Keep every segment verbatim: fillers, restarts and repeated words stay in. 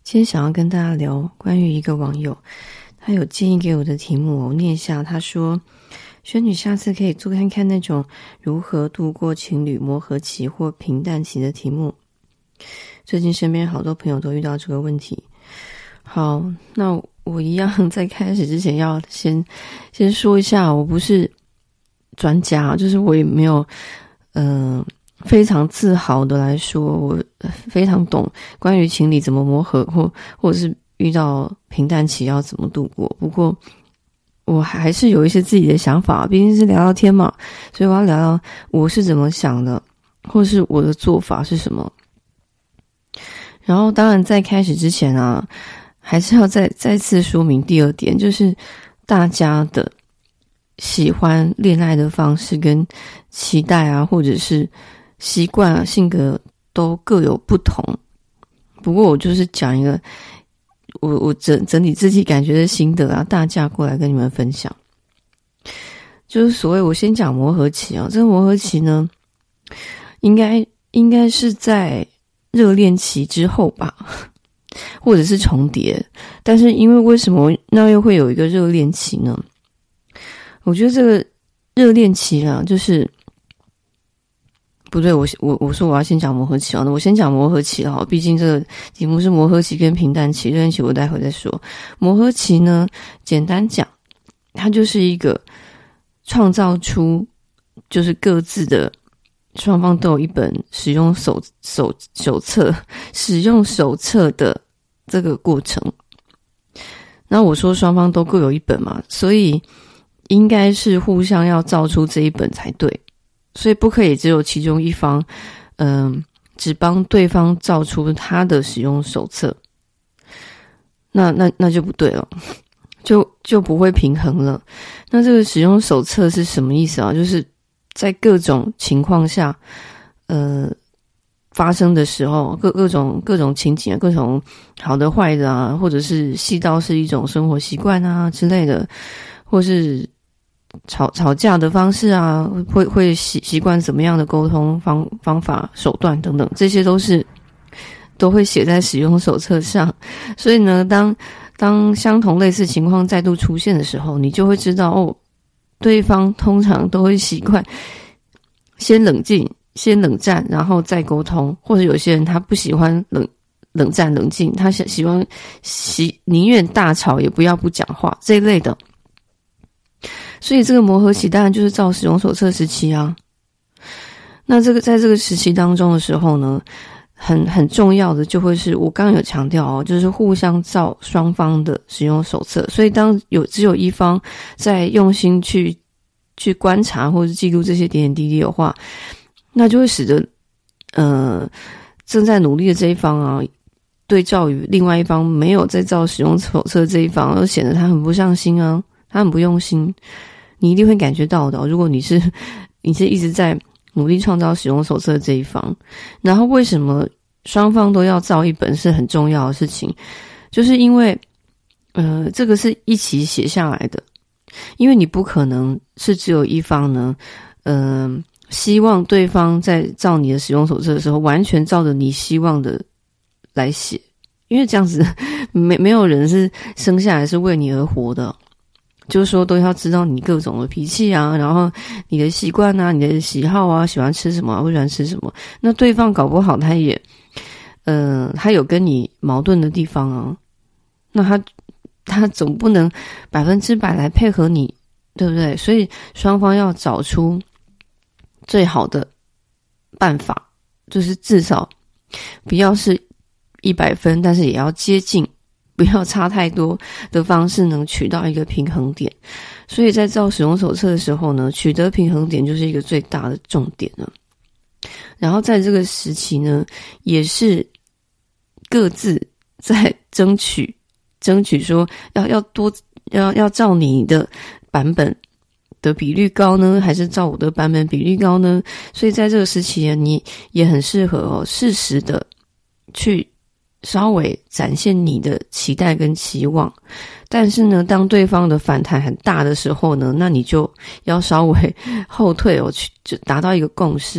今天想要跟大家聊关于一个网友，他有建议给我的题目，我念一下。他说，轩女下次可以做看看那种如何度过情侣磨合期或平淡期的题目。最近身边好多朋友都遇到这个问题。好，那我一样在开始之前要先先说一下，我不是专家，就是我也没有嗯、呃、非常自豪的来说我非常懂关于情侣怎么磨合，或或者是遇到平淡期要怎么度过。不过我还是有一些自己的想法，毕竟是聊聊天嘛，所以我要聊聊我是怎么想的，或是我的做法是什么。然后当然在开始之前啊，还是要再再次说明第二点，就是大家的喜欢恋爱的方式跟期待啊，或者是习惯啊、性格都各有不同。不过我就是讲一个我我整整体自己感觉的心得啊，大架过来跟你们分享。就是所谓我先讲磨合期啊，这个磨合期呢，应该应该是在热恋期之后吧，或者是重叠。但是因为为什么那又会有一个热恋期呢？我觉得这个热恋期啊，就是不对，我我我说我要先讲磨合期啊，那我先讲磨合期啊，毕竟这个题目是磨合期跟平淡期，热恋期我待会再说。磨合期呢，简单讲，它就是一个创造出就是各自的双方都有一本使用手手手册，使用手册的这个过程。那我说双方都各有一本嘛，所以应该是互相要造出这一本才对，所以不可以只有其中一方，嗯、呃，只帮对方造出他的使用手册，那那那就不对了，就就不会平衡了。那这个使用手册是什么意思啊？就是在各种情况下，呃，发生的时候，各各种各种情景啊，各种好的坏的啊，或者是细到是一种生活习惯啊之类的，或是吵吵架的方式啊，会会习习惯怎么样的沟通方方法手段等等，这些都是都会写在使用手册上。所以呢，当当相同类似情况再度出现的时候，你就会知道哦，对方通常都会习惯先冷静，先冷战，然后再沟通。或者有些人他不喜欢冷冷战冷静，他想喜欢喜宁愿大吵也不要不讲话这一类的。所以这个磨合期当然就是照使用手册时期啊。那这个在这个时期当中的时候呢，很很重要的就会是我刚刚有强调哦，就是互相照双方的使用手册。所以当有只有一方在用心去去观察或者记录这些点点滴滴的话，那就会使得呃正在努力的这一方啊，对照于另外一方没有在照使用手册这一方，而显得他很不上心啊，他很不用心。你一定会感觉到的哦，如果你是你是一直在努力创造使用手册这一方。然后为什么双方都要照一本是很重要的事情，就是因为呃这个是一起写下来的。因为你不可能是只有一方呢呃希望对方在照你的使用手册的时候完全照着你希望的来写，因为这样子没没有人是生下来是为你而活的。就是说都要知道你各种的脾气啊，然后你的习惯啊，你的喜好啊，喜欢吃什么啊，不喜欢吃什么。那对方搞不好他也呃他有跟你矛盾的地方啊，那他他总不能百分之百来配合你，对不对？所以双方要找出最好的办法，就是至少不要是一百分，但是也要接近，不要差太多的方式能取到一个平衡点。所以在照使用手册的时候呢，取得平衡点就是一个最大的重点了。然后在这个时期呢，也是各自在争取争取说要要多要要照你的版本的比率高呢，还是照我的版本比率高呢？所以在这个时期你也很适合哦，适时的去稍微展现你的期待跟期望。但是呢，当对方的反弹很大的时候呢，那你就要稍微后退哦，去就达到一个共识。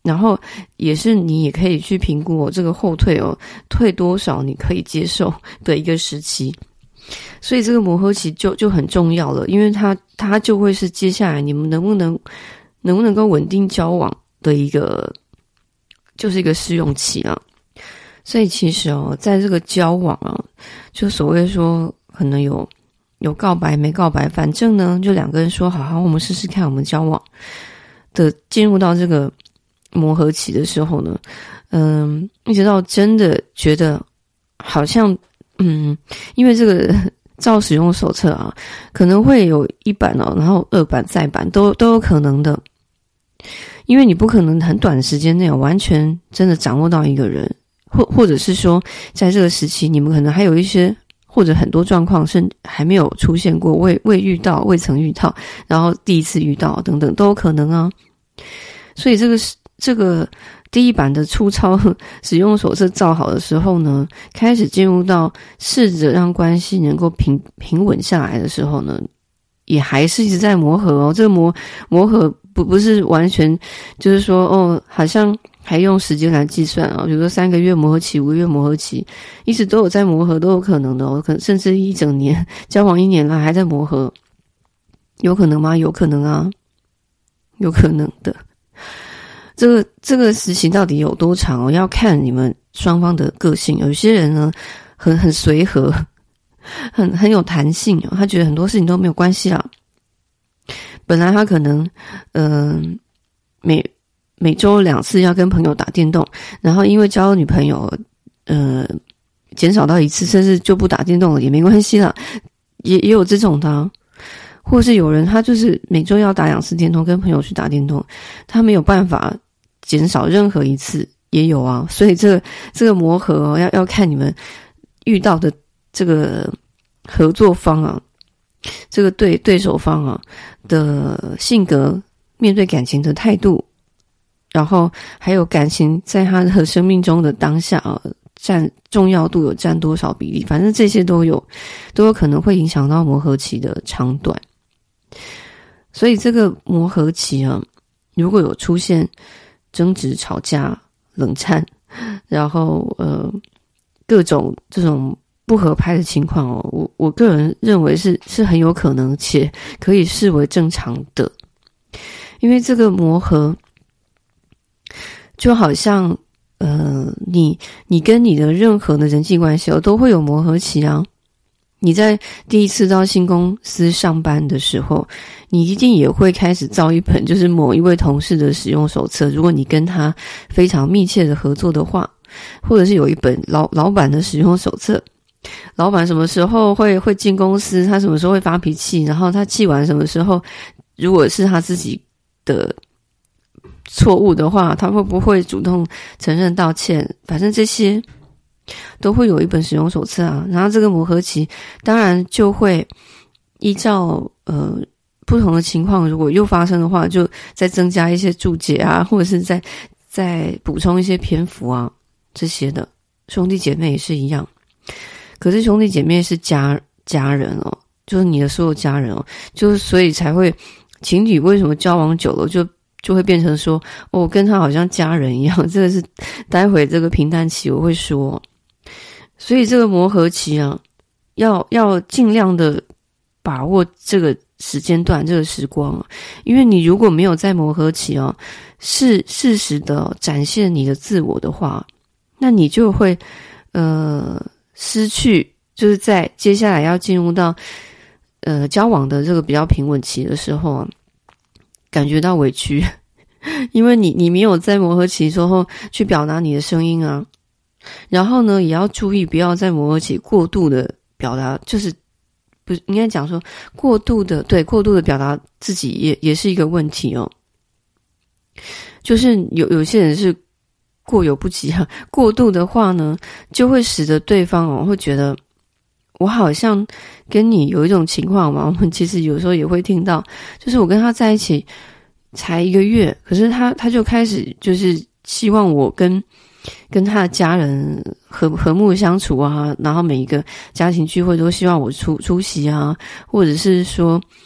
然后也是你也可以去评估哦，这个后退哦，退多少你可以接受的一个时期。所以这个磨合期就就很重要了，因为它它就会是接下来你们能不能能不能够稳定交往的一个，就是一个试用期啊。所以其实哦，在这个交往啊，就所谓说可能有有告白没告白，反正呢就两个人说好好我们试试看，我们交往的进入到这个磨合期的时候呢，嗯，一直到真的觉得好像嗯，因为这个照使用手册啊，可能会有一版哦，然后二版再版都都有可能的，因为你不可能很短的时间内完全真的掌握到一个人，或或者是说在这个时期你们可能还有一些或者很多状况是还没有出现过，未未遇到，未曾遇到，然后第一次遇到等等都有可能啊。所以这个这个第一版的粗糙使用手册造好的时候呢，开始进入到试着让关系能够平平稳下来的时候呢，也还是一直在磨合哦。这个磨磨合不不是完全就是说哦，好像还用时间来计算啊，比如说三个月磨合期、五个月磨合期，一直都有在磨合，都有可能的哦。可能甚至一整年交往一年了还在磨合，有可能吗？有可能啊，有可能的。这个这个时期到底有多长哦？要看你们双方的个性。有些人呢，很很随和，很很有弹性哦，他觉得很多事情都没有关系啦。本来他可能，嗯、呃，每每周两次要跟朋友打电动，然后因为交女朋友，呃，减少到一次，甚至就不打电动了也没关系啦。也也有这种的啊。或是有人他就是每周要打两次电动，跟朋友去打电动，他没有办法减少任何一次，也有啊。所以这个这个磨合哦，要要看你们遇到的这个合作方啊，这个对对手方啊的性格，面对感情的态度，然后还有感情在他的生命中的当下啊，占重要度有占多少比例，反正这些都有都有可能会影响到磨合期的长短。所以这个磨合期啊，如果有出现争执、吵架、冷战，然后呃各种这种不合拍的情况哦，我我个人认为是是很有可能且可以视为正常的，因为这个磨合就好像呃你你跟你的任何的人际关系哦都会有磨合期啊。你在第一次到新公司上班的时候，你一定也会开始造一本就是某一位同事的使用手册，如果你跟他非常密切的合作的话，或者是有一本老老板的使用手册，老板什么时候会会进公司，他什么时候会发脾气，然后他气完什么时候，如果是他自己的错误的话，他会不会主动承认道歉，反正这些都会有一本使用手册啊。然后这个磨合期当然就会依照呃不同的情况，如果又发生的话，就再增加一些注解啊，或者是再再补充一些篇幅啊，这些的。兄弟姐妹也是一样，可是兄弟姐妹是家家人哦，就是你的所有家人哦，就是所以才会情侣为什么交往久了就就会变成说哦，跟他好像家人一样，这个是待会这个平淡期我会说。所以这个磨合期啊，要要尽量的把握这个时间段，这个时光啊，因为你如果没有在磨合期啊，是适时的展现你的自我的话，那你就会呃失去，就是在接下来要进入到呃交往的这个比较平稳期的时候啊，感觉到委屈，因为你你没有在磨合期之后去表达你的声音啊。然后呢，也要注意不要在磨合期过度的表达，就是不应该讲说过度的对过度的表达自己也也是一个问题哦。就是有有些人是过犹不及啊，过度的话呢，就会使得对方哦会觉得我好像跟你有一种情况嘛，我们其实有时候也会听到，就是我跟他在一起才一个月，可是他他就开始就是希望我跟跟他的家人和和睦相处啊，然后每一个家庭聚会都希望我出出席啊，或者是说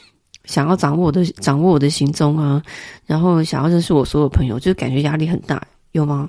想要掌握我的掌握我的行踪啊，然后想要认识我所有朋友，就感觉压力很大，有吗？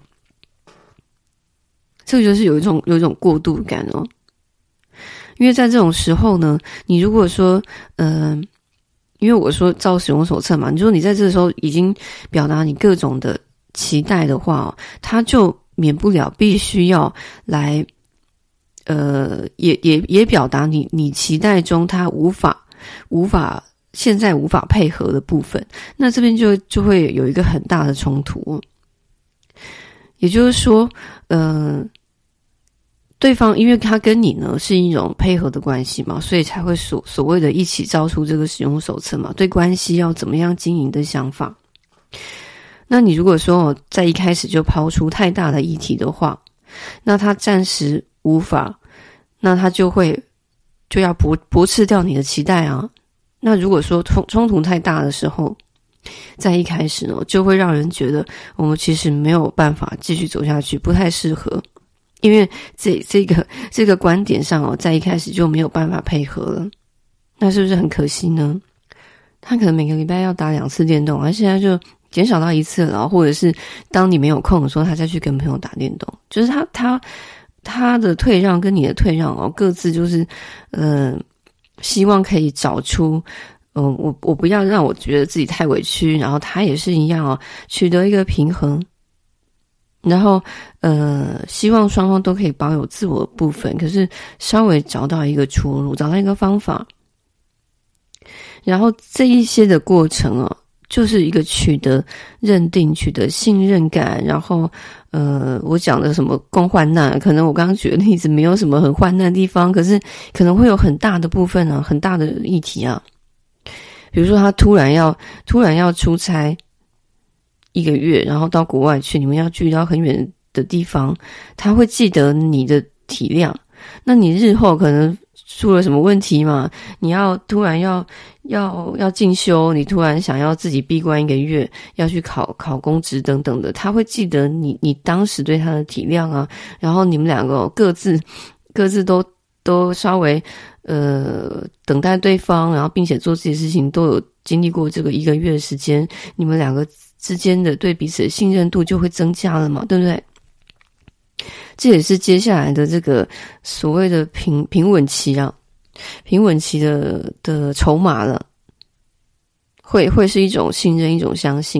这个就是有一种有一种过度感哦。因为在这种时候呢，你如果说呃因为我说照使用手册嘛，你说你在这个时候已经表达你各种的期待的话哦，他就免不了必须要来呃也也也表达你你期待中他无法无法现在无法配合的部分，那这边就就会有一个很大的冲突。也就是说呃对方因为他跟你呢是一种配合的关系嘛，所以才会所所谓的一起造出这个使用手册嘛，对关系要怎么样经营的想法。那你如果说在一开始就抛出太大的议题的话，那他暂时无法，那他就会就要驳驳斥掉你的期待啊。那如果说冲冲突太大的时候，在一开始呢，就会让人觉得我们其实没有办法继续走下去，不太适合。因为这这个这个观点上哦，在一开始就没有办法配合了，那是不是很可惜呢？他可能每个礼拜要打两次电动，而现在就减少到一次了，或者是当你没有空的时候，他再去跟朋友打电动，就是他他他的退让跟你的退让哦，各自就是呃，希望可以找出。嗯、呃，我我不要让我觉得自己太委屈，然后他也是一样哦，取得一个平衡，然后呃，希望双方都可以保有自我的部分，可是稍微找到一个出路，找到一个方法，然后这一些的过程哦，就是一个取得认定、取得信任感，然后呃，我讲的什么共患难，可能我刚刚举的例子没有什么很患难的地方，可是可能会有很大的部分啊，很大的议题啊。比如说他突然要突然要出差一个月，然后到国外去，你们要聚到很远的地方，他会记得你的体谅。那你日后可能出了什么问题嘛？你要突然要要要进修，你突然想要自己闭关一个月，要去考考公职等等的，他会记得你你当时对他的体谅啊。然后你们两个各自各自都都稍微呃等待对方，然后并且做这些事情，都有经历过这个一个月的时间，你们两个之间的对彼此的信任度就会增加了嘛，对不对？这也是接下来的这个所谓的平平稳期啊，平稳期的的筹码了，会会是一种信任，一种相信。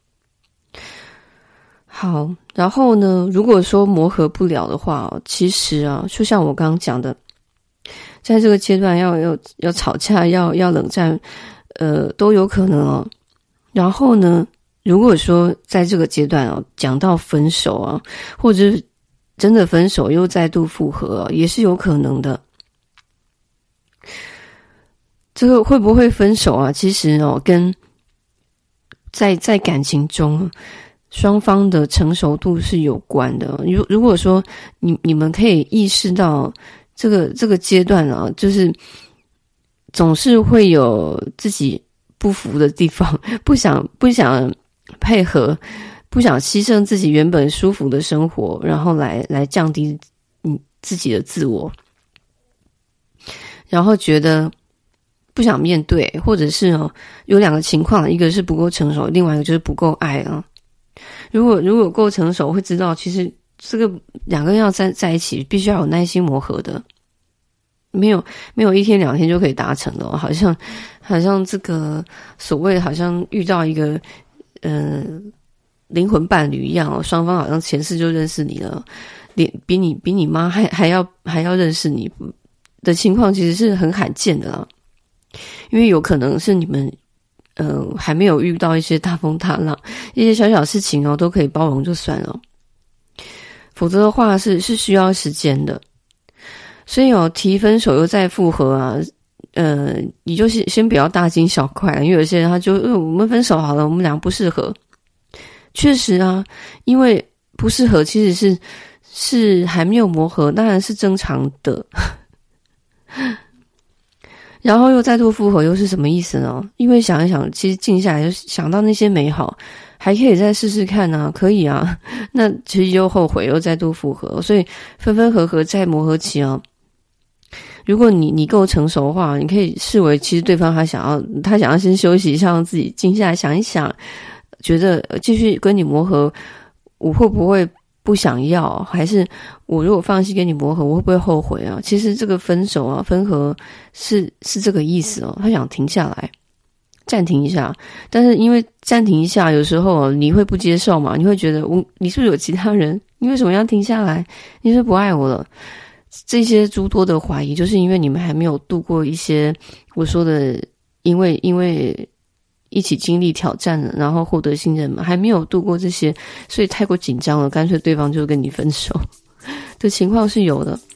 好，然后呢，如果说磨合不了的话，其实啊，就像我刚刚讲的，在这个阶段要要要吵架，要要冷战，呃，都有可能哦。然后呢，如果说在这个阶段哦，讲到分手啊，或者是真的分手又再度复合哦，也是有可能的。这个会不会分手啊？其实哦，跟在在感情中双方的成熟度是有关的。如如果说你你们可以意识到这个这个阶段啊，就是总是会有自己不服的地方，不想不想配合，不想牺牲自己原本舒服的生活，然后来来降低你自己的自我，然后觉得不想面对，或者是哦有两个情况，一个是不够成熟，另外一个就是不够爱啊。如果如果够成熟，会知道其实这个两个人要在在一起，必须要有耐心磨合的，没有没有一天两天就可以达成的哦。好像好像这个所谓好像遇到一个呃灵魂伴侣一样哦，双方好像前世就认识你了，连比你比你妈还还要还要认识你的情况，其实是很罕见的啦。因为有可能是你们呃还没有遇到一些大风大浪，一些小小事情哦都可以包容就算了，否则的话是是需要时间的。所以哦提分手又再复合啊，呃你就先先不要大惊小怪，因为有些人他就呃我们分手好了，我们俩不适合。确实啊，因为不适合其实是是还没有磨合，当然是正常的。然后又再度复合又是什么意思呢？因为想一想，其实静下来就想到那些美好，还可以再试试看啊，可以啊。那其实又后悔又再度复合，所以分分合合在磨合期啊。 如果你你够成熟的话，你可以视为其实对方他想要他想要先休息一下，让自己静下来想一想，觉得继续跟你磨合，我会不会不想要，还是我如果放弃跟你磨合，我会不会后悔啊？其实这个分手啊分合是是这个意思哦，他想停下来暂停一下，但是因为暂停一下有时候你会不接受嘛，你会觉得我你是不是有其他人，你为什么要停下来，你是不是不爱我了，这些诸多的怀疑就是因为你们还没有度过一些我说的因为因为一起经历挑战了，然后获得信任嘛，还没有度过这些，所以太过紧张了，干脆对方就跟你分手的情况是有的。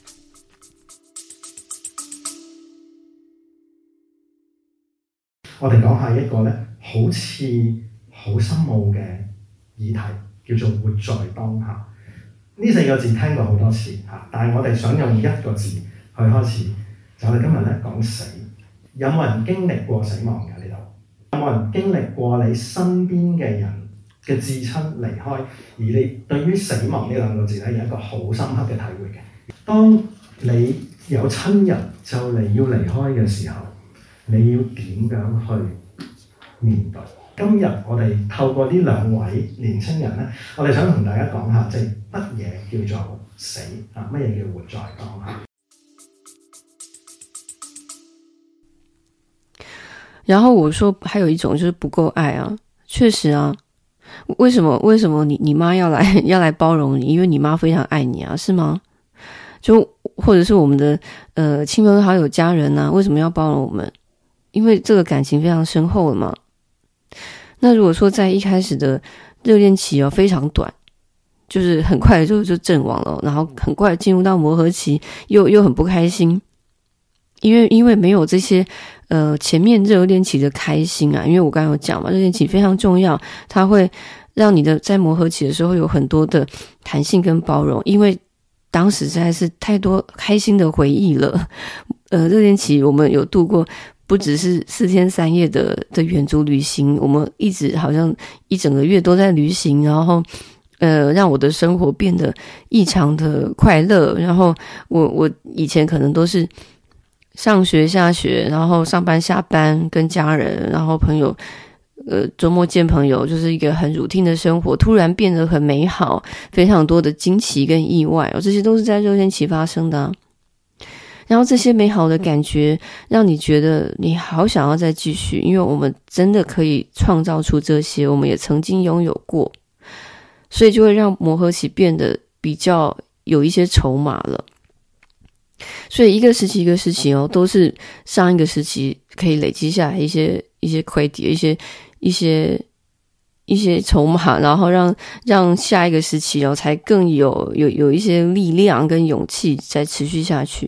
我哋講下一個咧，好似好深奧嘅議題，叫做活在當下。呢四個字聽過好多次嚇，但係我哋想用一個字去開始，就我哋今日咧講死。有冇人經歷過死亡㗎？呢度有冇人經歷過你身邊嘅人嘅至親離開，而你對於死亡呢兩個字咧有一個好深刻嘅體會嘅？當你有親人就嚟要離開嘅時候，你要點樣去面對？今日我哋透過呢兩位年青人咧，我哋想同大家講下，即係乜嘢叫做死啊？乜嘢叫活在當下？ 然後我說還有一種就是不夠愛啊，確實啊，為什麼為什麼你你媽要來要來包容你？因為你媽非常愛你啊，是嗎？就或者是我們的呃親朋好友家人啊，為什麼要包容我們？因為這個感情非常深厚了嘛。那如果說在一開始的熱戀期哦非常短，就是很快就就陣亡了，然後很快進入到磨合期，又又很不開心，因為因為沒有這些呃前面熱戀期的開心啊，因為我剛剛有講嘛，熱戀期非常重要，它會讓你的在磨合期的時候有很多的彈性跟包容，因為當時實在是太多開心的回憶了。呃，熱戀期我們有度過不只是四天三夜的的遠足旅行，我們一直好像一整個月都在旅行，然後呃讓我的生活變得異常的快樂。然後我我以前可能都是上學下學，然後上班下班跟家人，然後朋友呃周末見朋友，就是一個很 routine 的生活，突然變得很美好，非常多的驚奇跟意外，這些都是在熱戀期發生的啊。然後這些美好的感覺讓你覺得你好想要再繼續，因為我們真的可以創造出這些，我們也曾經擁有過，所以就會讓磨合期變得比較有一些籌碼了。所以一個時期一個時期哦，都是上一個時期可以累積下來一些一些虧底，一些一些一些籌碼，然後讓讓下一個時期哦才更有有有一些力量跟勇氣再持續下去。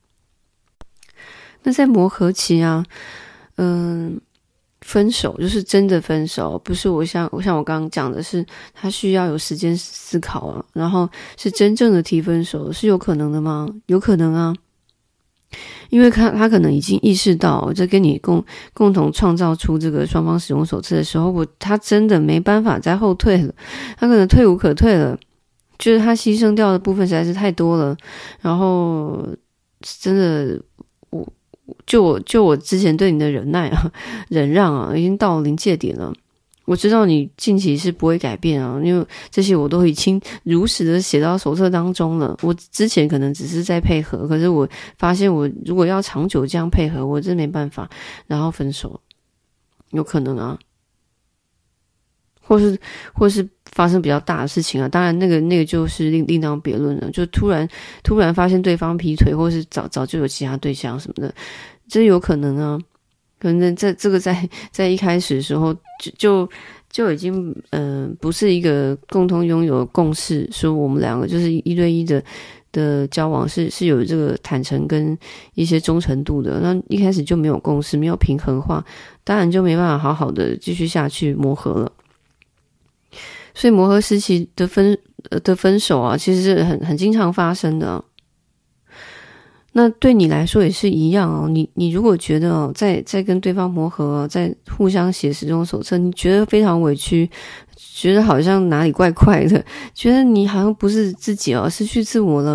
那在磨合期啊，嗯，分手就是真的分手，不是我像我像我剛剛講的是，他需要有時間思考啊，然後是真正的提分手，是有可能的嗎？有可能啊，因為他他可能已經意識到，在跟你共共同創造出這個雙方使用手冊的時候，我他真的沒辦法再後退了，他可能退無可退了，就是他犧牲掉的部分實在是太多了，然後真的我。就我就我之前對你的忍耐啊忍讓啊已經到臨界點了，我知道你近期是不會改變啊，因為這些我都已經如實的寫到手冊當中了，我之前可能只是在配合，可是我發現我如果要長久這樣配合我真沒辦法，然後分手有可能啊，或是或是發生比較大的事情啊，當然那個那個就是另另當別論了，就突然突然發現對方劈腿，或是早早就有其他對象什麼的，這有可能啊，可能這這個在在一開始的時候就就就已經呃不是一個共同擁有的共識，說我們兩個就是一對一的的交往是是有這個坦誠跟一些忠誠度的，那一開始就沒有共識，沒有平衡化，當然就沒辦法好好的繼續下去磨合了。所以磨合時期的分的分手啊，其實是很很經常發生的啊。那對你來說也是一樣哦。你你如果覺得哦，在在跟對方磨合哦，在互相寫使用手冊，你覺得非常委屈，覺得好像哪裡怪怪的，覺得你好像不是自己哦，失去自我了，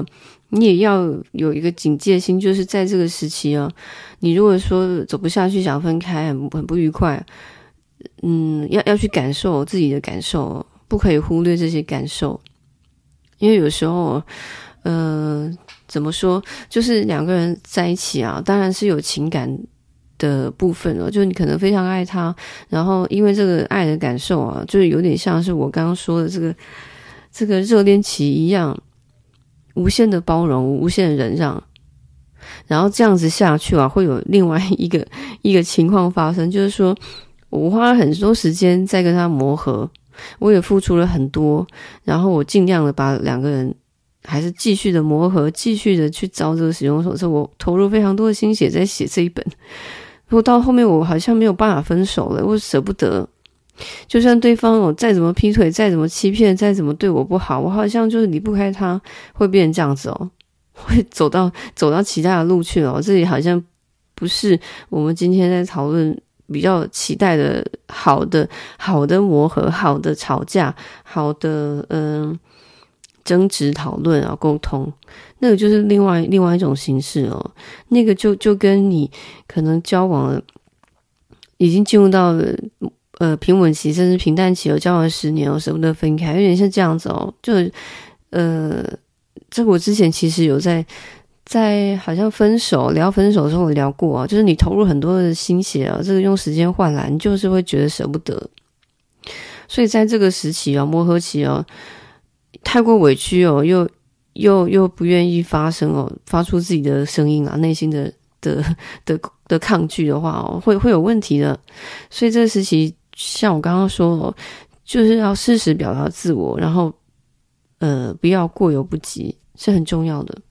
你也要有一个警戒心，就是在这个时期啊，你如果说走不下去，想分开，很很不愉快，嗯，要要去感受自己的感受，不可以忽略这些感受，因为有时候，呃，怎么说，就是两个人在一起啊，当然是有情感的部分哦，就是你可能非常爱他，然后因为这个爱的感受啊，就是有点像是我刚刚说的这个这个热恋期一样。无限的包容，无限的忍让，然后这样子下去啊，会有另外一个一个情况发生，就是说我花了很多时间在跟他磨合，我也付出了很多，然后我尽量的把两个人还是继续的磨合，继续的去照这个使用手册，我投入非常多的心血在写这一本，如果到后面我好像没有办法分手了，我舍不得。就算对方哦再怎么劈腿，再怎么欺骗，再怎么对我不好，我好像就是离不开他，会变成这样子哦，会走到走到其他的路去了哦。这里好像不是我们今天在讨论比较期待的好的好的磨合，好的吵架，好的嗯、呃、争执讨论啊沟通，那个就是另外另外一种形式哦。那个就就跟你可能交往了，已经进入到了。呃，平稳期甚至平淡期，有交往十年，我舍不得分开，有点像这样子哦。就呃，这个我之前其实有在在好像分手聊分手的时候我聊过啊，就是你投入很多的心血啊，这个用时间换来，你就是会觉得舍不得。所以在这个时期啊，磨合期哦，太过委屈哦，又又又不愿意发声哦，发出自己的声音啊，内心的的的的抗拒的话哦，会会有问题的。所以这个时期。像我刚刚说哦，就是要适时表达自我，然后呃不要过犹不及，是很重要的。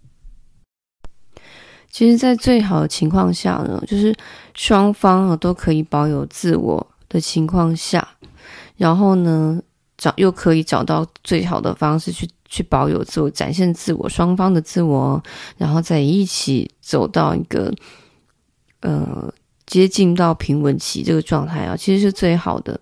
其实在最好的情况下呢，就是双方啊都可以保有自我的情况下，然后呢找又可以找到最好的方式去去保有自我，展现自我，双方的自我，然后再一起走到一个呃接近到平稳期这个状态啊，其实是最好的。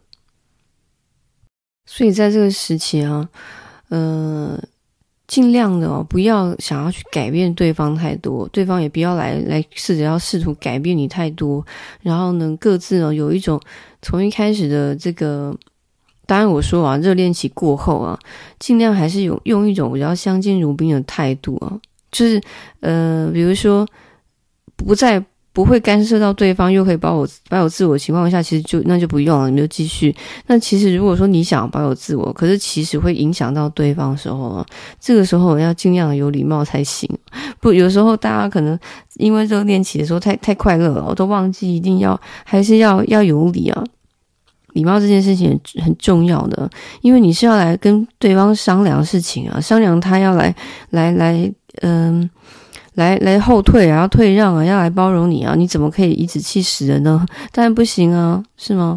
所以在这个时期啊，呃，尽量的哦，不要想要去改变对方太多，对方也不要来来试着要试图改变你太多。然后呢，各自呢有一种从一开始的这个，当然我说啊，热恋期过后啊，尽量还是有用一种比较相敬如宾的态度啊，就是呃，比如说不再。不会干涉到对方，又可以保我保有自我的情况下，其实就那就不用了，你就继续。那其实如果说你想保有自我，可是其实会影响到对方的时候啊，这个时候要尽量有礼貌才行。不，有时候大家可能因为热恋期的时候太太快乐了，我都忘记一定要还是要要有礼啊。礼貌这件事情很很重要的，因为你是要来跟对方商量事情啊，商量他要来来来嗯。来来后退啊，要退让啊，要来包容你啊，你怎么可以颐指气使的呢？当然不行啊，是吗？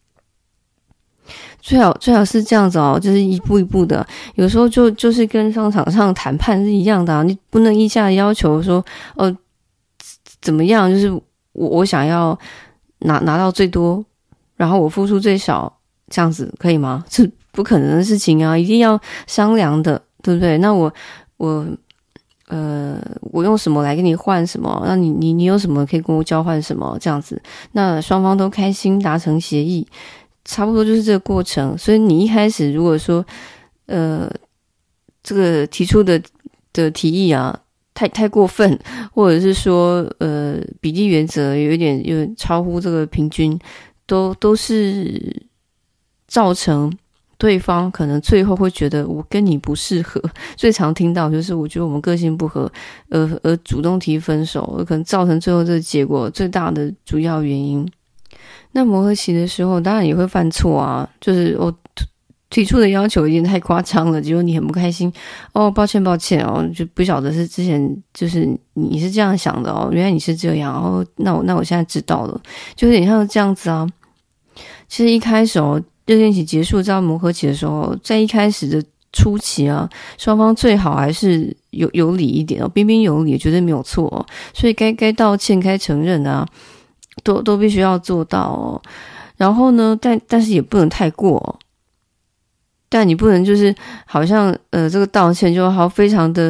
最好最好是这样子哦，就是一步一步的。有时候就就是跟商场上谈判是一样的啊，你不能一下要求说哦怎么样，就是我我想要拿拿到最多，然后我付出最少，这样子可以吗？是不可能的事情啊，一定要商量的，对不对？那我我。呃，我用什么来跟你换什么？那你你你有什么可以跟我交换什么？这样子，那双方都开心，达成协议，差不多就是这个过程。所以你一开始如果说，呃，这个提出的的提议啊，太太过分，或者是说，呃，比例原则有一点有点超乎这个平均，都都是造成。对方可能最后会觉得我跟你不适合，最常听到就是我觉得我们个性不合，而而主动提分手，可能造成最后这个结果最大的主要原因。那磨合期的时候，当然也会犯错啊，就是我提出的要求已经太夸张了，结果你很不开心，哦，抱歉抱歉哦，就不晓得是之前就是你是这样想的哦，原来你是这样哦，那我那我现在知道了，就有点像这样子啊。其实一开始哦。热恋期结束到磨合期的时候，在一开始的初期啊，双方最好还是有有理一点哦，彬彬有礼，绝对没有错哦。所以该该道歉、该承认啊，都都必须要做到哦。然后呢，但但是也不能太过哦，但你不能就是好像呃这个道歉就好非常的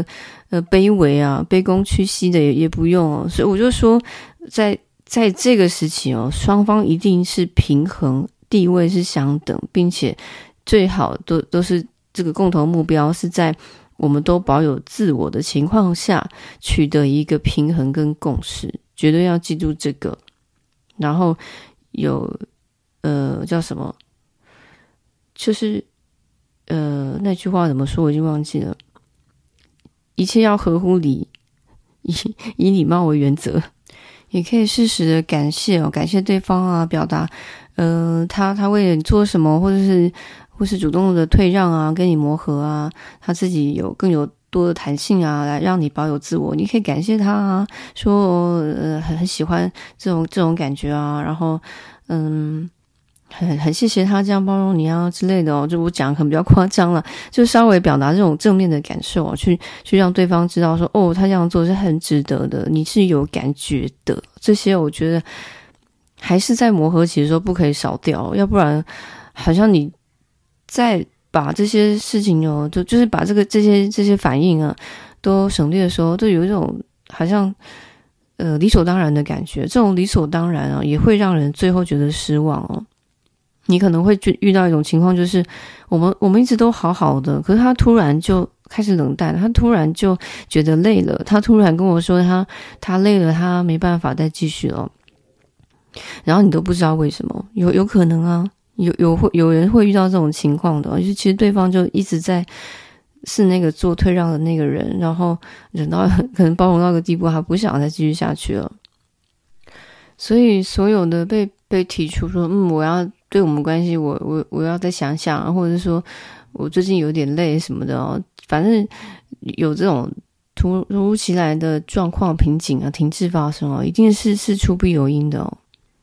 呃卑微啊、卑躬屈膝的也也不用哦。所以我就说，在在这个时期哦，双方一定是平衡，地位是相等，并且最好都都是这个共同目标是在我们都保有自我的情况下取得一个平衡跟共识，绝对要记住这个。然后有呃叫什么，就是呃那句话怎么说我已经忘记了，一切要合乎礼，以以礼貌为原则。也可以适时的感谢哦，感谢对方啊，表达呃他他为了你做什么，或者是或是主动的退让啊，跟你磨合啊，他自己有更有多的弹性啊，来让你保有自我。你可以感谢他啊，说呃很很喜欢这种这种感觉啊，然后嗯很很谢谢他这样包容你啊之类的哦，就我讲可能比较夸张了，就稍微表达这种正面的感受哦，去去让对方知道说哦，他这样做是很值得的，你是有感觉的。这些我觉得还是在磨合期的时候不可以少掉，要不然好像你在把这些事情哦，就就是把这个这些这些反应啊都省略的时候，就有一种好像呃理所当然的感觉。这种理所当然啊，也会让人最后觉得失望哦。你可能会遇到一种情况，就是我们我们一直都好好的，可是他突然就开始冷淡，他突然就觉得累了，他突然跟我说他他累了，他没办法再继续了，然后你都不知道为什么，有有可能啊，有有会有人会遇到这种情况的，就是其实对方就一直在是那个做退让的那个人，然后忍到可能包容到一个地步，他不想再继续下去了。所以所有的被被提出说，嗯，我要对我们关系，我我我要再想想，或者是说我最近有点累什么的哦，反正有这种突突如其来的状况、瓶颈啊、停滞发生哦，一定是是出必有因的哦。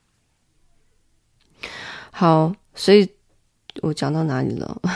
好，所以我讲到哪里了？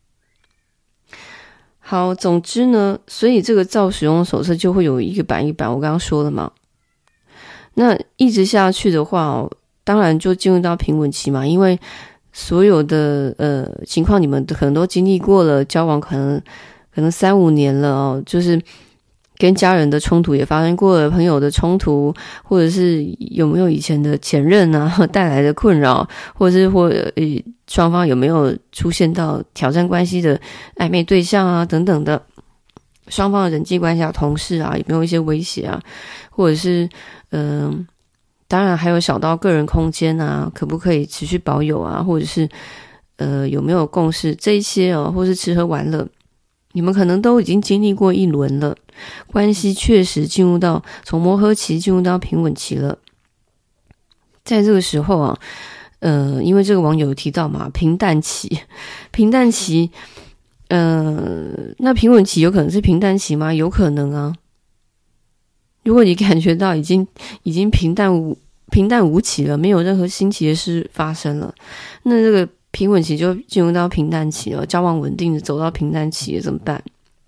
好，总之呢，所以这个照使用手册就会有一个版一版，我刚刚说了嘛。那一直下去的话哦，当然就进入到平稳期嘛，因为所有的呃情况你们可能都经历过了，交往可能可能三五年了哦，就是跟家人的冲突也发生过了，朋友的冲突，或者是有没有以前的前任啊带来的困扰，或者是或呃双方有没有出现到挑战关系的暧昧对象啊等等的，双方的人际关系啊、同事啊有没有一些威胁啊，或者是嗯、呃，当然还有小到个人空间啊，可不可以持续保有啊，或者是呃有没有共识，这一些哦，或是吃喝玩乐，你们可能都已经经历过一轮了，关系确实进入到从磨合期进入到平稳期了。在这个时候啊，呃，因为这个网友提到嘛，平淡期，平淡期，呃，那平稳期有可能是平淡期吗？有可能啊。如果你感觉到已经已经平淡无平淡无奇了，没有任何新奇的事发生了，那这个平稳期就进入到平淡期了，交往稳定的走到平淡期了，怎么办？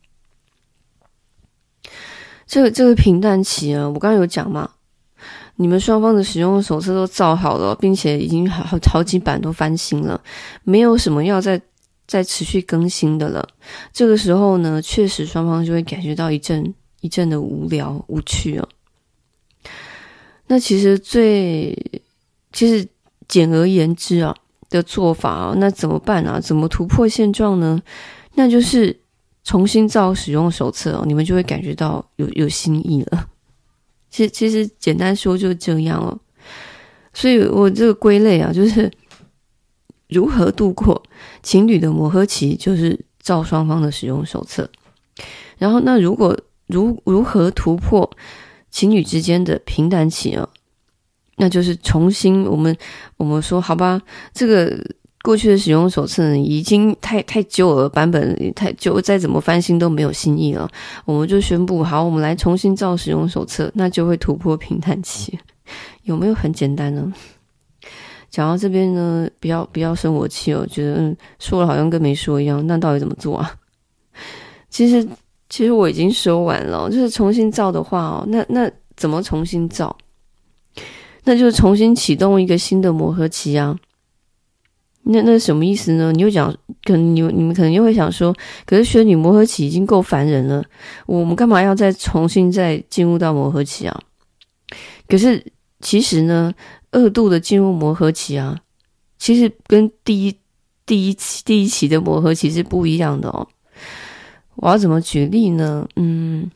这个这个平淡期啊，我刚刚有讲嘛，你们双方的使用手册都造好了，并且已经好好几版都翻新了，没有什么要再再持续更新的了。这个时候呢，确实双方就会感觉到一阵一阵的无聊无趣哦。那其实最其实简而言之啊的做法啊，那怎么办啊？怎么突破现状呢？那就是重新造使用手册哦，你们就会感觉到有有新意了。其实其实简单说就这样哦。所以我这个归类啊，就是如何度过情侣的磨合期，就是照双方的使用手册。然后那如果如如何突破情侣之间的平淡期啊？那就是重新我们我们说好吧，这个过去的使用手册已经太太旧了，版本太旧，再怎么翻新都没有新意了。我们就宣布好，我们来重新造使用手册，那就会突破平淡期。有没有很简单呢？讲到这边呢，不要不要生我气哦，觉得嗯说了好像跟没说一样，那到底怎么做啊？其实其实我已经说完了，就是重新造的话哦，那那怎么重新造？那就是重新启动一个新的磨合期啊。 那那什么意思呢？你就讲，可能你你们可能又会想说，可是玄女磨合期已经够烦人了，我们干嘛要再重新再进入到磨合期啊？可是其实呢，二度的进入磨合期啊，其实跟第一第一期第一期的磨合期是不一样的哦。我要怎么举例呢？嗯，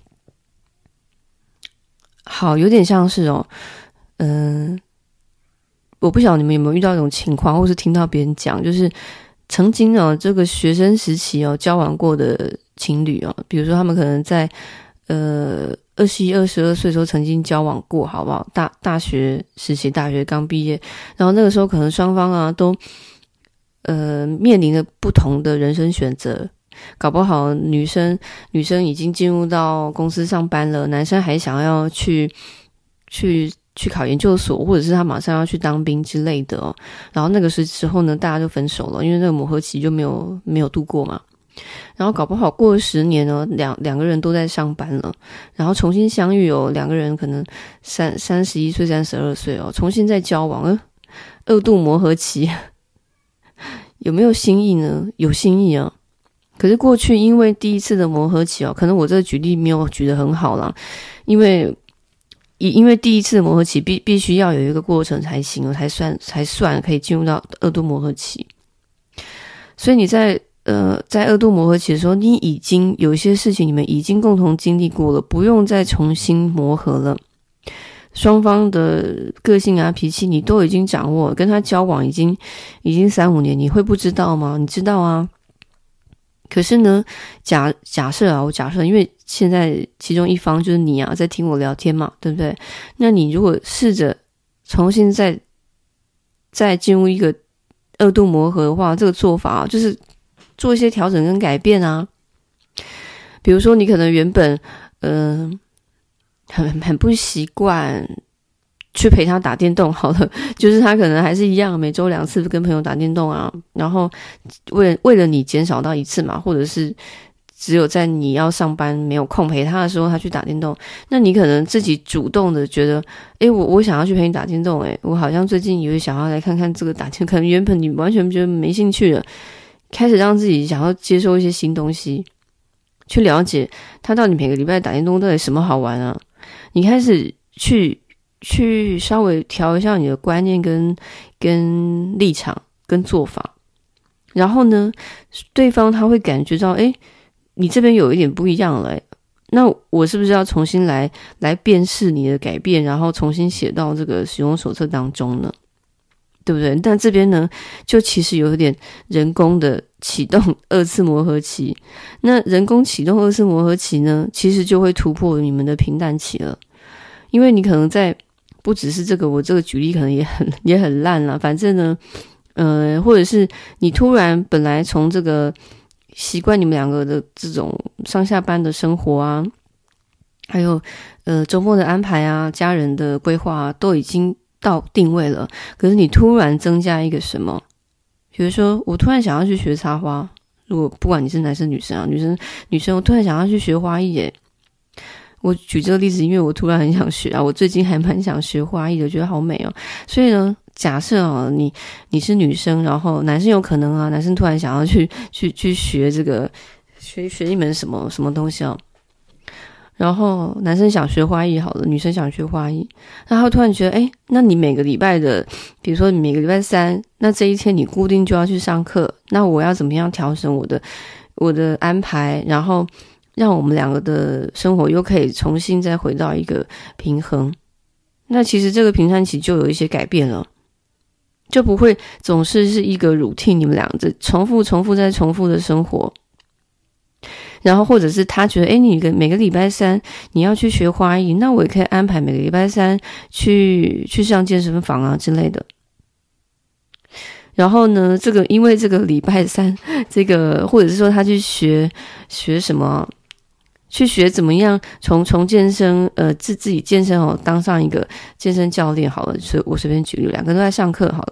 好，有点像是哦，嗯、呃。我不晓得你们有没有遇到一种情况，或是听到别人讲，就是曾经哦，这个学生时期哦交往过的情侣哦，比如说他们可能在呃二十一、二十二岁的时候曾经交往过，好不好？大大学时期，大学刚毕业，然后那个时候可能双方啊都呃面临了不同的人生选择，搞不好女生女生已经进入到公司上班了，男生还想要去去。去考研究所，或者是他马上要去当兵之类的哦。然后那个时候呢，大家就分手了，因为那个磨合期就没有没有度过嘛。然后搞不好过了十年呢，两两个人都在上班了，然后重新相遇哦，两个人可能三三十一岁、三十二岁哦，重新再交往，呃，二度磨合期有没有新意呢？有新意啊。可是过去因为第一次的磨合期哦，可能我这个举例没有举得很好啦，因为。因为第一次的磨合期必必须要有一个过程才行，才算才算可以进入到二度磨合期。所以你在呃在二度磨合期的时候，你已经有一些事情你们已经共同经历过了，不用再重新磨合了。双方的个性啊脾气你都已经掌握，跟他交往已经已经三五年，你会不知道吗？你知道啊。可是呢，假假设啊，我假设，因为现在其中一方就是你啊，在听我聊天嘛，对不对？那你如果试着重新再再进入一个二度磨合的话，这个做法啊，就是做一些调整跟改变啊。比如说，你可能原本嗯、呃、很很不习惯。去陪他打电动好了，就是他可能还是一样每周两次跟朋友打电动啊，然后为了为了你减少到一次嘛，或者是只有在你要上班没有空陪他的时候他去打电动，那你可能自己主动的觉得诶我我想要去陪你打电动，诶我好像最近有想要来看看这个打电动，可能原本你完全觉得没兴趣了，开始让自己想要接受一些新东西，去了解他到底每个礼拜打电动到底什么好玩啊，你开始去去稍微调一下你的观念跟跟立场跟做法，然后呢，对方他会感觉到，诶，你这边有一点不一样了，诶那我是不是要重新来来辨识你的改变，然后重新写到这个使用手册当中呢？对不对？但这边呢，就其实有点人工的启动二次磨合期。那人工启动二次磨合期呢，其实就会突破你们的平淡期了，因为你可能在。不只是这个，我这个举例可能也很也很烂啦。反正呢，呃，或者是你突然本来从这个习惯你们两个的这种上下班的生活啊，还有呃周末的安排啊、家人的规划啊，都已经到定位了。可是你突然增加一个什么，比如说我突然想要去学插花，如果不管你是男生女生啊，女生女生我突然想要去学花艺耶。我举这个例子，因为我突然很想学啊，我最近还蛮想学花艺的，觉得好美哦。所以呢，假设哦，你你是女生，然后男生有可能啊，男生突然想要去去去学这个学学一门什么什么东西哦，然后男生想学花艺好了，女生想学花艺，然后突然觉得，诶，那你每个礼拜的，比如说你每个礼拜三，那这一天你固定就要去上课，那我要怎么样调整我的我的安排，然后。让我们两个的生活又可以重新再回到一个平衡，那其实这个平淡期就有一些改变了，就不会总是是一个 routine， 你们两个重复重复再重复的生活。然后或者是他觉得，诶，你每个礼拜三你要去学花艺，那我也可以安排每个礼拜三去去上健身房啊之类的。然后呢，这个因为这个礼拜三，这个或者是说他去学学什么。去学怎么样从从健身呃自自己健身哦当上一个健身教练好了，所以我随便举例，两个都在上课好了。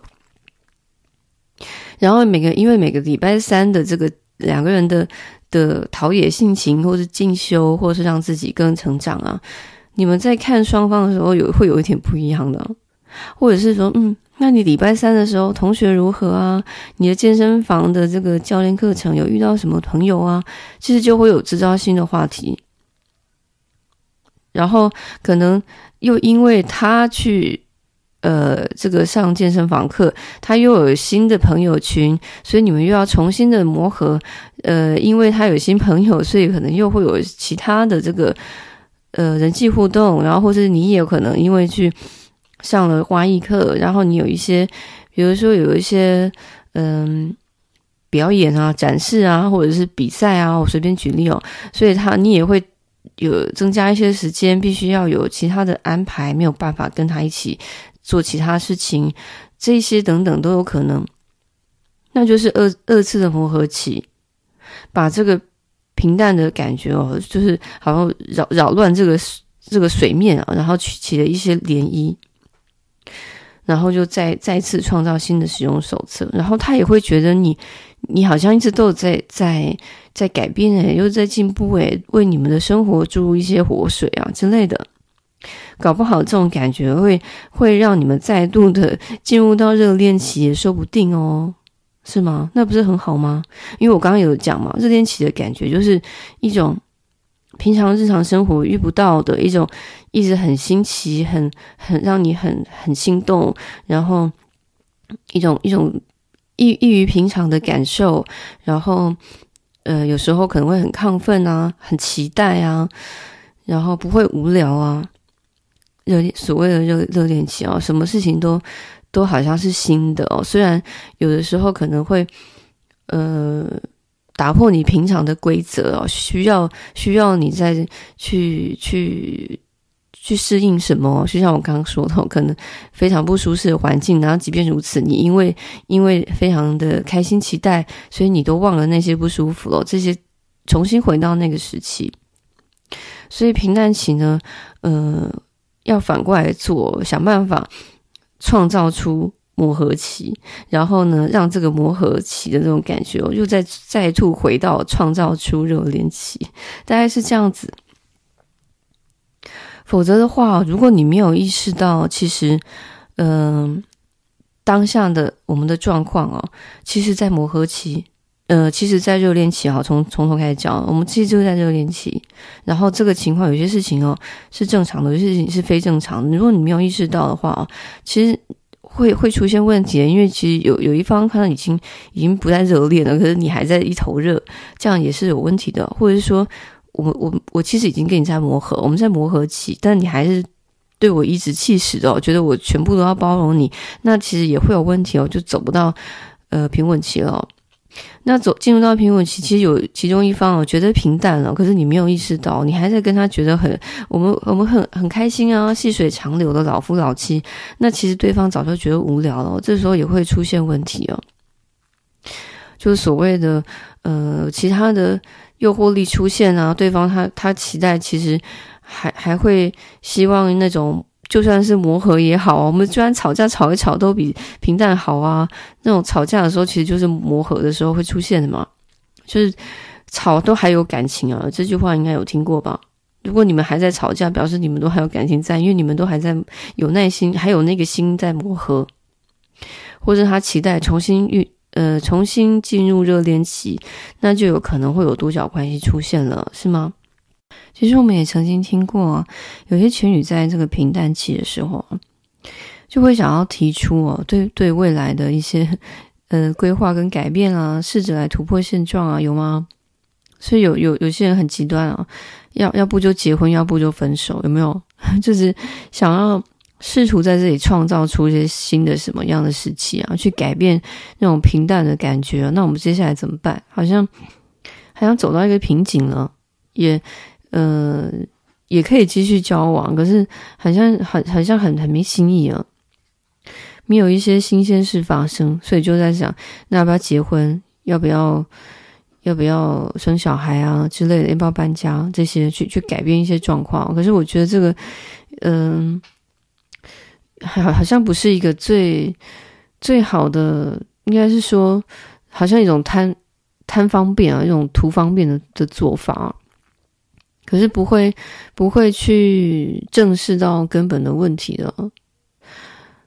然后每个因为每个礼拜三的这个两个人的的陶冶性情，或是进修，或是让自己更成长啊，你们在看双方的时候有会有一点不一样的，或者是说嗯那你礼拜三的时候同学如何啊？你的健身房的这个教练课程有遇到什么朋友啊？其实就会有制造新的话题。然后可能又因为他去呃这个上健身房课，他又有新的朋友群，所以你们又要重新的磨合。呃，因为他有新朋友，所以可能又会有其他的这个呃人际互动，然后或是你也有可能因为去上了花艺课，然后你有一些，比如说有一些嗯表演啊、展示啊，或者是比赛啊，我随便举例哦，所以他你也会有增加一些时间，必须要有其他的安排，没有办法跟他一起做其他事情，这些等等都有可能。那就是二二次的磨合期，把这个平淡的感觉哦，就是好像扰扰乱这个这个水面啊，然后起起了一些涟漪。然后就再再次创造新的使用手册，然后他也会觉得你你好像一直都有在在在改变诶，又在进步诶，为你们的生活注入一些活水啊之类的。搞不好这种感觉会会让你们再度的进入到热恋期也说不定哦，是吗？那不是很好吗？因为我刚刚有讲嘛，热恋期的感觉就是一种平常日常生活遇不到的一种，一直很新奇，很很让你很很心动，然后一种一种异异于平常的感受，然后呃有时候可能会很亢奋啊，很期待啊，然后不会无聊啊。热所谓的热热恋期啊，什么事情都都好像是新的哦，虽然有的时候可能会呃。打破你平常的规则哦，需要需要你再去去去适应什么？就像我刚刚说的，可能非常不舒适的环境，然后即便如此，你因为因为非常的开心期待，所以你都忘了那些不舒服了，这些重新回到那个时期。所以平淡期呢，呃，要反过来做，想办法创造出磨合期，然后呢，让这个磨合期的这种感觉、哦、又再再度回到创造出热恋期，大概是这样子。否则的话，如果你没有意识到，其实，嗯、呃，当下的我们的状况哦，其实在磨合期，呃，其实在热恋期哈，从从头开始讲，我们其实就是在热恋期，然后这个情况有些事情哦是正常的，有些事情是非正常的。如果你没有意识到的话，其实。会会出现问题的，因为其实有有一方可能已经已经不再热恋了，可是你还在一头热，这样也是有问题的。或者是说，我我我其实已经跟你在磨合，我们在磨合期，但你还是对我颐指气使的、哦，觉得我全部都要包容你，那其实也会有问题哦，就走不到呃平稳期了、哦。那走进入到平稳期，其实有其中一方哦觉得平淡了，可是你没有意识到，你还在跟他觉得很我们我们很很开心啊，细水长流的老夫老妻，那其实对方早就觉得无聊了，这时候也会出现问题哦。就是所谓的呃其他的诱惑力出现啊，对方他他期待其实还还会希望那种。就算是磨合也好，我们居然吵架吵一吵都比平淡好啊！那种吵架的时候，其实就是磨合的时候会出现的嘛，就是吵都还有感情啊。这句话应该有听过吧？如果你们还在吵架，表示你们都还有感情在，因为你们都还在有耐心，还有那个心在磨合，或者他期待重新遇呃重新进入热恋期，那就有可能会有多角关系出现了，是吗？其实我们也曾经听过，有些情侣在这个平淡期的时候，就会想要提出哦，对对未来的一些呃规划跟改变啊，试着来突破现状啊，有吗？所以有有有些人很极端啊，要要不就结婚，要不就分手，有没有？就是想要试图在这里创造出一些新的什么样的时期啊，去改变那种平淡的感觉、啊。那我们接下来怎么办？好像好像走到一个瓶颈了，也。呃，也可以继续交往，可是好像很好像很很没新意啊，没有一些新鲜事发生，所以就在想，那要不要结婚？要不要要不要生小孩啊之类的？要不要搬家？这些去去改变一些状况。可是我觉得这个，嗯、呃，好好像不是一个最最好的，应该是说，好像一种贪贪方便啊，一种图方便的的做法、啊。可是不会不会去正视到根本的问题的，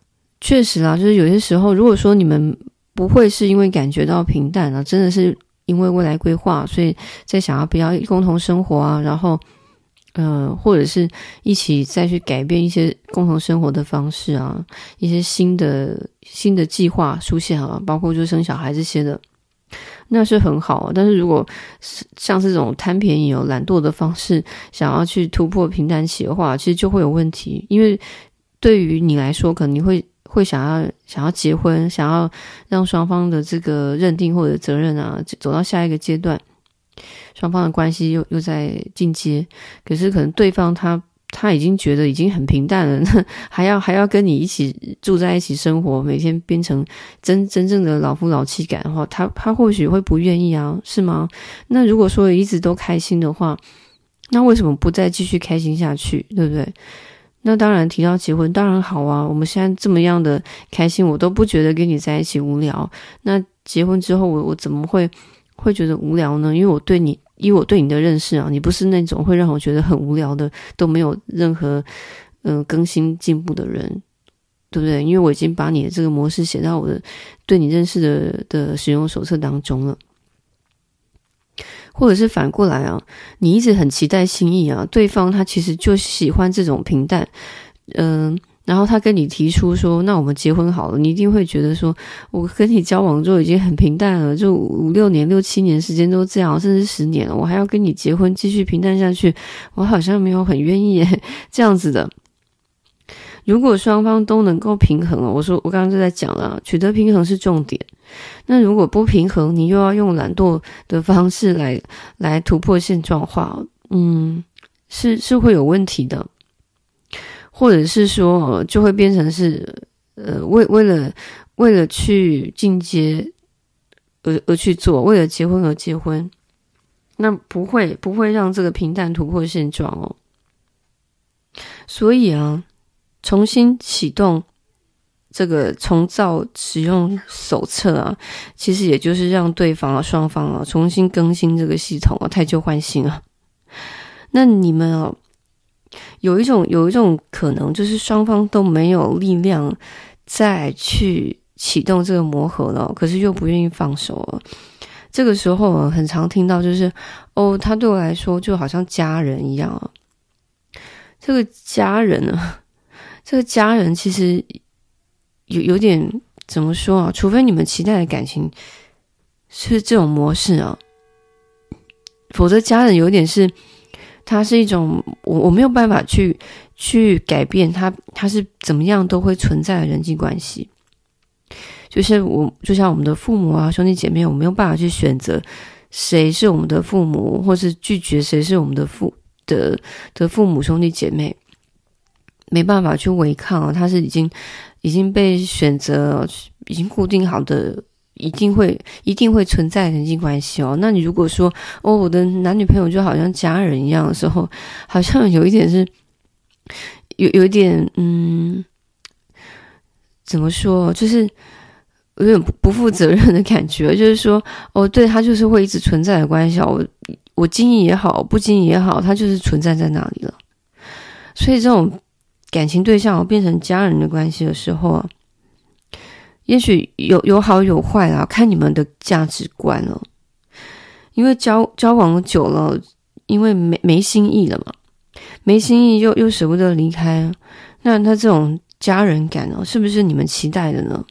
确实啦，就是有些时候，如果说你们不会是因为感觉到平淡啊，真的是因为未来规划，所以在想要不要共同生活啊，然后呃，或者是一起再去改变一些共同生活的方式啊，一些新的新的计划出现啊，包括就生小孩这些的，那是很好啊。但是如果像这种贪便宜、有懒惰的方式，想要去突破平淡期的话，其实就会有问题。因为对于你来说，可能你会会想要想要结婚，想要让双方的这个认定或者责任啊，走到下一个阶段。双方的关系又又在进阶，可是可能对方他他已经觉得已经很平淡了，还要还要跟你一起住在一起生活，每天变成真真正的老夫老妻感的话，他他或许会不愿意啊，是吗？那如果说一直都开心的话，那为什么不再继续开心下去，对不对？那当然提到结婚当然好啊，我们现在这么样的开心，我都不觉得跟你在一起无聊，那结婚之后我我怎么会会觉得无聊呢？因为我对你，以我对你的认识啊，你不是那种会让我觉得很无聊的，都没有任何嗯、呃、更新进步的人，对不对？因为我已经把你的这个模式写到我的对你认识的的使用手册当中了。或者是反过来啊，你一直很期待心意啊，对方他其实就喜欢这种平淡，嗯、呃。然后他跟你提出说，那我们结婚好了，你一定会觉得说，我跟你交往就已经很平淡了，就五六年、六七年时间都这样，甚至十年了，我还要跟你结婚继续平淡下去，我好像没有很愿意耶，这样子的。如果双方都能够平衡，我说我刚刚就在讲了，取得平衡是重点。那如果不平衡，你又要用懒惰的方式来来突破现状化，嗯，是是会有问题的。或者是说，就会变成是，呃，为为了为了去进阶而而去做，为了结婚而结婚，那不会不会让这个平淡突破现状哦。所以啊，重新启动这个重造使用手册啊，其实也就是让对方啊双方啊重新更新这个系统啊，汰旧换新啊。那你们哦。有一种有一种可能，就是双方都没有力量再去启动这个磨合了，可是又不愿意放手了。这个时候很常听到就是哦，他对我来说就好像家人一样啊。这个家人呢，这个家人其实有有点怎么说啊？除非你们期待的感情是这种模式啊，否则家人有点是。它是一种我我没有办法去去改变它，它是怎么样都会存在的人际关系。就是我就像我们的父母啊兄弟姐妹，我没有办法去选择谁是我们的父母，或是拒绝谁是我们的父的的父母兄弟姐妹，没办法去违抗啊，它是已经已经被选择，已经固定好的。一定会一定会存在人际关系哦。那你如果说哦，我的男女朋友就好像家人一样的时候，好像有一点是有有一点嗯，怎么说，就是有点不负责任的感觉。就是说哦，对，他就是会一直存在的关系，我我经营也好，不经营也好，他就是存在在那里了。所以这种感情对象变成家人的关系的时候啊。也许有有好有坏啦，看你们的价值观了。因为交交往久了，因为没没心意了嘛，没心意又又舍不得离开，那他这种家人感哦，是不是你们期待的呢？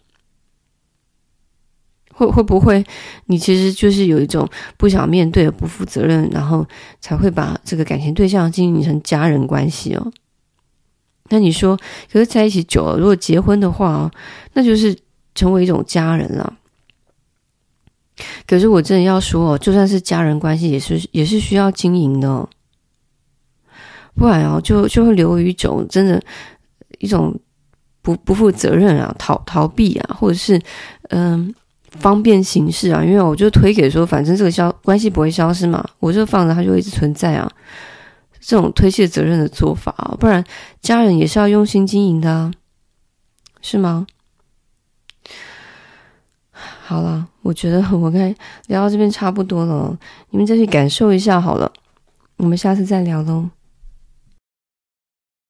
会会不会你其实就是有一种不想面对、不负责任，然后才会把这个感情对象经营成家人关系哦？那你说，可是在一起久了，如果结婚的话哦，那就是成为一种家人了。可是我真的要说哦，就算是家人关系，也是也是需要经营的哦，不然哦，就就会流于一种真的一种不不负责任啊、逃逃避啊，或者是嗯、呃、方便行事啊。因为我就推给说，反正这个消关系不会消失嘛，我就放着它就一直存在啊。这种推卸责任的做法啊，不然家人也是要用心经营的啊，是吗？好了，我觉得我该聊到这边差不多了，你们再去感受一下好了，我们下次再聊咯。